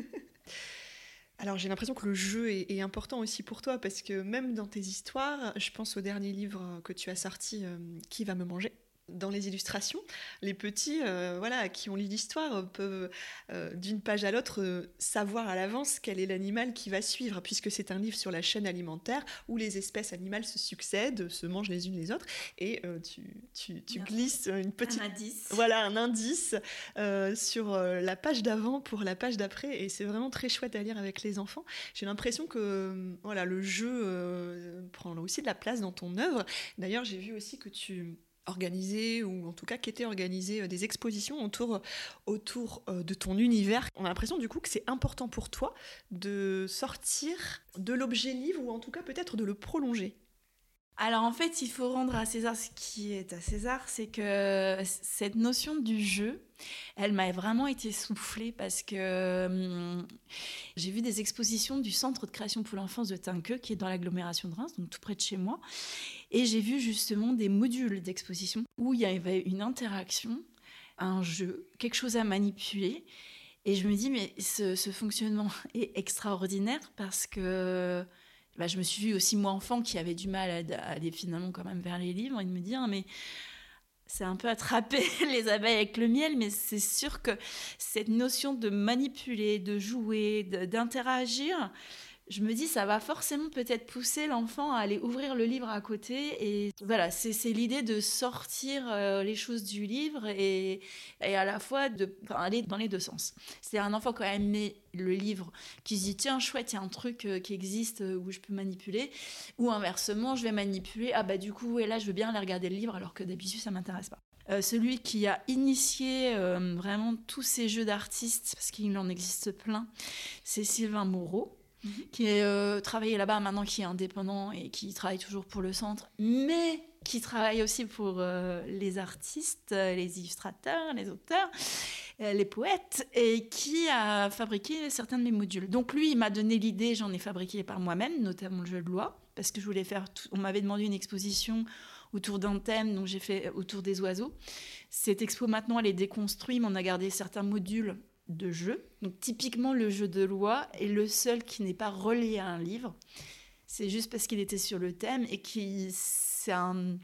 Alors j'ai l'impression que le jeu est, est important aussi pour toi, parce que même dans tes histoires, je pense au dernier livre que tu as sorti, euh, Qui va me manger ? Dans les illustrations, les petits euh, voilà, qui ont lu l'histoire peuvent, euh, d'une page à l'autre, euh, savoir à l'avance quel est l'animal qui va suivre, puisque c'est un livre sur la chaîne alimentaire où les espèces animales se succèdent, se mangent les unes les autres, et euh, tu, tu, tu glisses une petite, un indice, voilà, un indice euh, sur euh, la page d'avant pour la page d'après, et c'est vraiment très chouette à lire avec les enfants. J'ai l'impression que euh, voilà, le jeu euh, prend aussi de la place dans ton œuvre. D'ailleurs, j'ai vu aussi que tu... organisé, ou en tout cas qu'étaient organisées des expositions autour, autour de ton univers. On a l'impression du coup que c'est important pour toi de sortir de l'objet livre, ou en tout cas peut-être de le prolonger. Alors en fait, il faut rendre à César ce qui est à César, c'est que cette notion du jeu, elle m'a vraiment été soufflée parce que hum, j'ai vu des expositions du Centre de création pour l'enfance de Tinqueux, qui est dans l'agglomération de Reims, donc tout près de chez moi. Et j'ai vu justement des modules d'exposition où il y avait une interaction, un jeu, quelque chose à manipuler. Et je me dis, mais ce, ce fonctionnement est extraordinaire parce que bah, je me suis vue aussi, moi, enfant, qui avait du mal à, à aller finalement quand même vers les livres et de me dire, mais c'est un peu attraper les abeilles avec le miel, mais c'est sûr que cette notion de manipuler, de jouer, de, d'interagir, je me dis, ça va forcément peut-être pousser l'enfant à aller ouvrir le livre à côté. Et voilà, c'est, c'est l'idée de sortir euh, les choses du livre et, et à la fois de, enfin, aller dans les deux sens. C'est un enfant qui a aimé le livre, qui se dit, tiens, chouette, il y a un truc euh, qui existe euh, où je peux manipuler. Ou inversement, je vais manipuler, ah bah du coup, et là, je veux bien aller regarder le livre alors que d'habitude, ça ne m'intéresse pas. Euh, celui qui a initié euh, vraiment tous ces jeux d'artistes, parce qu'il en existe plein, c'est Sylvain Moreau. Mmh. Qui est euh, travaillé là-bas maintenant, qui est indépendant et qui travaille toujours pour le centre, mais qui travaille aussi pour euh, les artistes, les illustrateurs, les auteurs, euh, les poètes, et qui a fabriqué certains de mes modules. Donc lui, il m'a donné l'idée, j'en ai fabriqué par moi-même, notamment le jeu de loi, parce que je voulais faire, tout, on m'avait demandé une exposition autour d'un thème, donc j'ai fait autour des oiseaux. Cette expo maintenant, elle est déconstruite, mais on a gardé certains modules de jeu. Donc typiquement le jeu de loi est le seul qui n'est pas relié à un livre. C'est juste parce qu'il était sur le thème et qu'il c'est un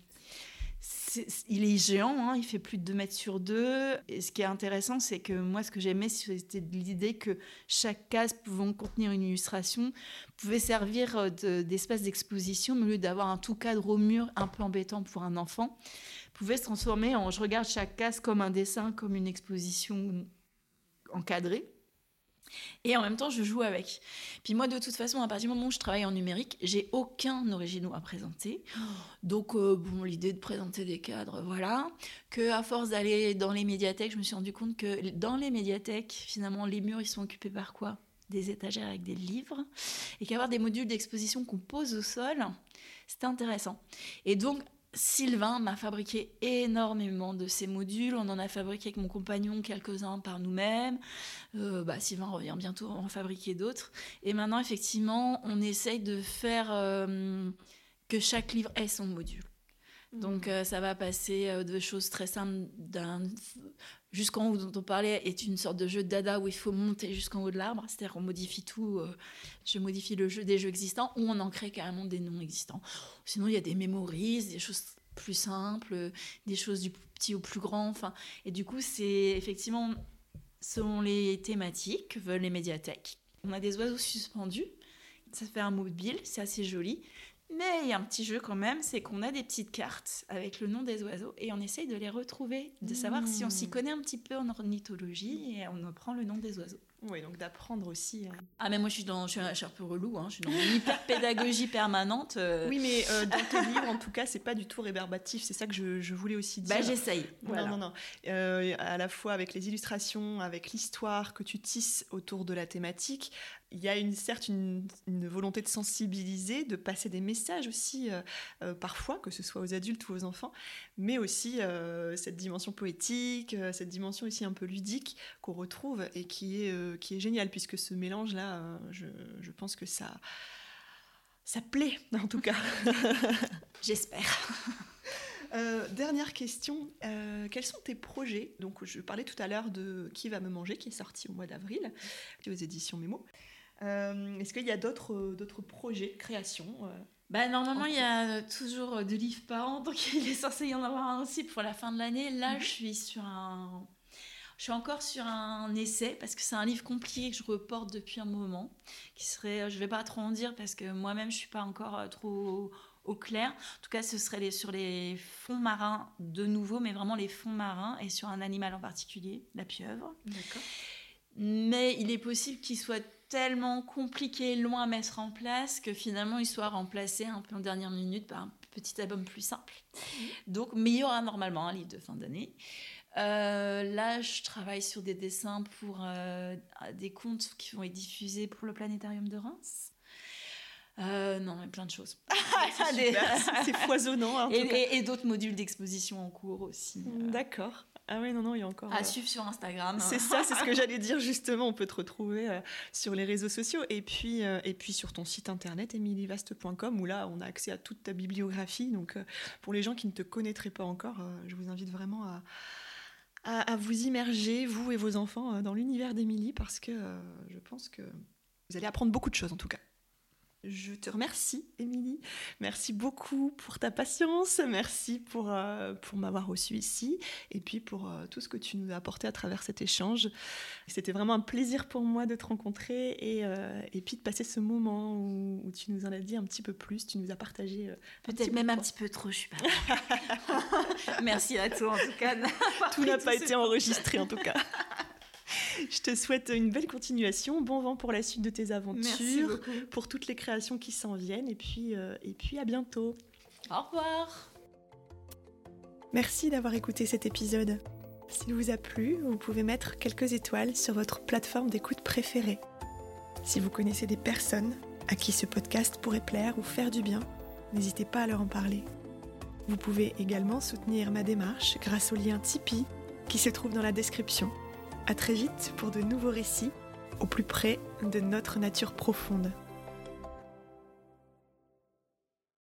c'est, il est géant, hein, il fait plus de deux mètres sur deux. Et ce qui est intéressant, c'est que moi, ce que j'aimais, c'était l'idée que chaque case pouvant contenir une illustration pouvait servir de, d'espace d'exposition, mais au lieu d'avoir un tout cadre au mur un peu embêtant pour un enfant, pouvait se transformer en je regarde chaque case comme un dessin, comme une exposition encadré, et en même temps je joue avec. Puis moi, de toute façon, à partir du moment où je travaille en numérique, j'ai aucun originaux à présenter, donc euh, bon, l'idée de présenter des cadres, voilà, que à force d'aller dans les médiathèques, je me suis rendu compte que dans les médiathèques, finalement, les murs, ils sont occupés par quoi ? Des étagères avec des livres, et qu'avoir des modules d'exposition qu'on pose au sol, c'était intéressant. Et donc Sylvain m'a fabriqué énormément de ces modules. On en a fabriqué avec mon compagnon quelques-uns par nous-mêmes. Euh, bah, Sylvain revient bientôt en fabriquer d'autres. Et maintenant, effectivement, on essaye de faire euh, que chaque livre ait son module. Donc, euh, ça va passer euh, de choses très simples d'un... jusqu'en haut, dont on parlait, est une sorte de jeu de dada où il faut monter jusqu'en haut de l'arbre. C'est-à-dire qu'on modifie tout. Euh, je modifie le jeu des jeux existants ou on en crée carrément des non existants. Sinon, il y a des mémorises, des choses plus simples, des choses du petit au plus grand. Enfin, et du coup, c'est effectivement selon les thématiques que veulent les médiathèques. On a des oiseaux suspendus. Ça fait un mobile, c'est assez joli. Mais il y a un petit jeu quand même, c'est qu'on a des petites cartes avec le nom des oiseaux et on essaye de les retrouver, de savoir mmh. si on s'y connaît un petit peu en ornithologie et on apprend le nom des oiseaux. Oui, donc d'apprendre aussi. Euh... Ah, mais moi je suis, dans, je suis, un, je suis un peu relou, hein, je suis dans une hyper-pédagogie permanente. Euh... Oui, mais euh, dans tes livres, en tout cas, c'est pas du tout rébarbatif, c'est ça que je, je voulais aussi dire. Bah, j'essaye. Voilà. Non, non, non. Euh, à la fois avec les illustrations, avec l'histoire que tu tisses autour de la thématique, il y a une, certes une, une volonté de sensibiliser, de passer des messages aussi, euh, euh, parfois, que ce soit aux adultes ou aux enfants, mais aussi euh, cette dimension poétique, euh, cette dimension aussi un peu ludique qu'on retrouve et qui est, euh, qui est géniale, puisque ce mélange-là, euh, je, je pense que ça, ça plaît, en tout cas. J'espère. Euh, dernière question, euh, quels sont tes projets ? Donc, je parlais tout à l'heure de Qui va me manger, qui est sorti au mois d'avril, aux éditions Mémo. Euh, est-ce qu'il y a d'autres, d'autres projets de création euh, bah, normalement, il y a toujours deux livres par an, donc il est censé y en avoir un aussi pour la fin de l'année. Là, mm-hmm. je suis sur un... Je suis encore sur un essai, parce que c'est un livre compliqué que je reporte depuis un moment, qui serait... Je ne vais pas trop en dire, parce que moi-même, je ne suis pas encore trop au clair. En tout cas, ce serait les, sur les fonds marins de nouveau, mais vraiment les fonds marins, et sur un animal en particulier, la pieuvre. D'accord. Mais il est possible qu'il soit tellement compliqué, loin à mettre en place, que finalement il soit remplacé un peu en dernière minute par un petit album plus simple. Mmh. Donc, mais il y aura normalement un livre de fin d'année. Euh, là, je travaille sur des dessins pour euh, des contes qui vont être diffusés pour le Planétarium de Reims. Euh, non, mais plein de choses. C'est, super, c'est, c'est foisonnant. En et, tout cas. Et, et d'autres modules d'exposition en cours aussi. D'accord. Ah oui, non, non, il y a encore... À euh... suivre sur Instagram. C'est ça, c'est ce que j'allais dire justement. On peut te retrouver euh, sur les réseaux sociaux et puis, euh, et puis sur ton site internet emilie vaste point com où là, on a accès à toute ta bibliographie. Donc, euh, pour les gens qui ne te connaîtraient pas encore, euh, je vous invite vraiment à, à, à vous immerger, vous et vos enfants, euh, dans l'univers d'Émilie parce que euh, je pense que vous allez apprendre beaucoup de choses en tout cas. Je te remercie, Émilie. Merci beaucoup pour ta patience. Merci pour, euh, pour m'avoir reçue ici. Et puis pour euh, tout ce que tu nous as apporté à travers cet échange. C'était vraiment un plaisir pour moi de te rencontrer et, euh, et puis de passer ce moment où, où tu nous en as dit un petit peu plus. Tu nous as partagé. Euh, Peut-être même un petit peu trop, je suis pas. Merci à toi, en tout cas. Tout n'a pas été enregistré, en tout cas. Je te souhaite une belle continuation, bon vent pour la suite de tes aventures, pour toutes les créations qui s'en viennent, et puis, euh, et puis à bientôt. Au revoir. Merci d'avoir écouté cet épisode. S'il vous a plu, vous pouvez mettre quelques étoiles sur votre plateforme d'écoute préférée. Si vous connaissez des personnes à qui ce podcast pourrait plaire ou faire du bien, n'hésitez pas à leur en parler. Vous pouvez également soutenir ma démarche grâce au lien Tipeee qui se trouve dans la description. À très vite pour de nouveaux récits au plus près de notre nature profonde.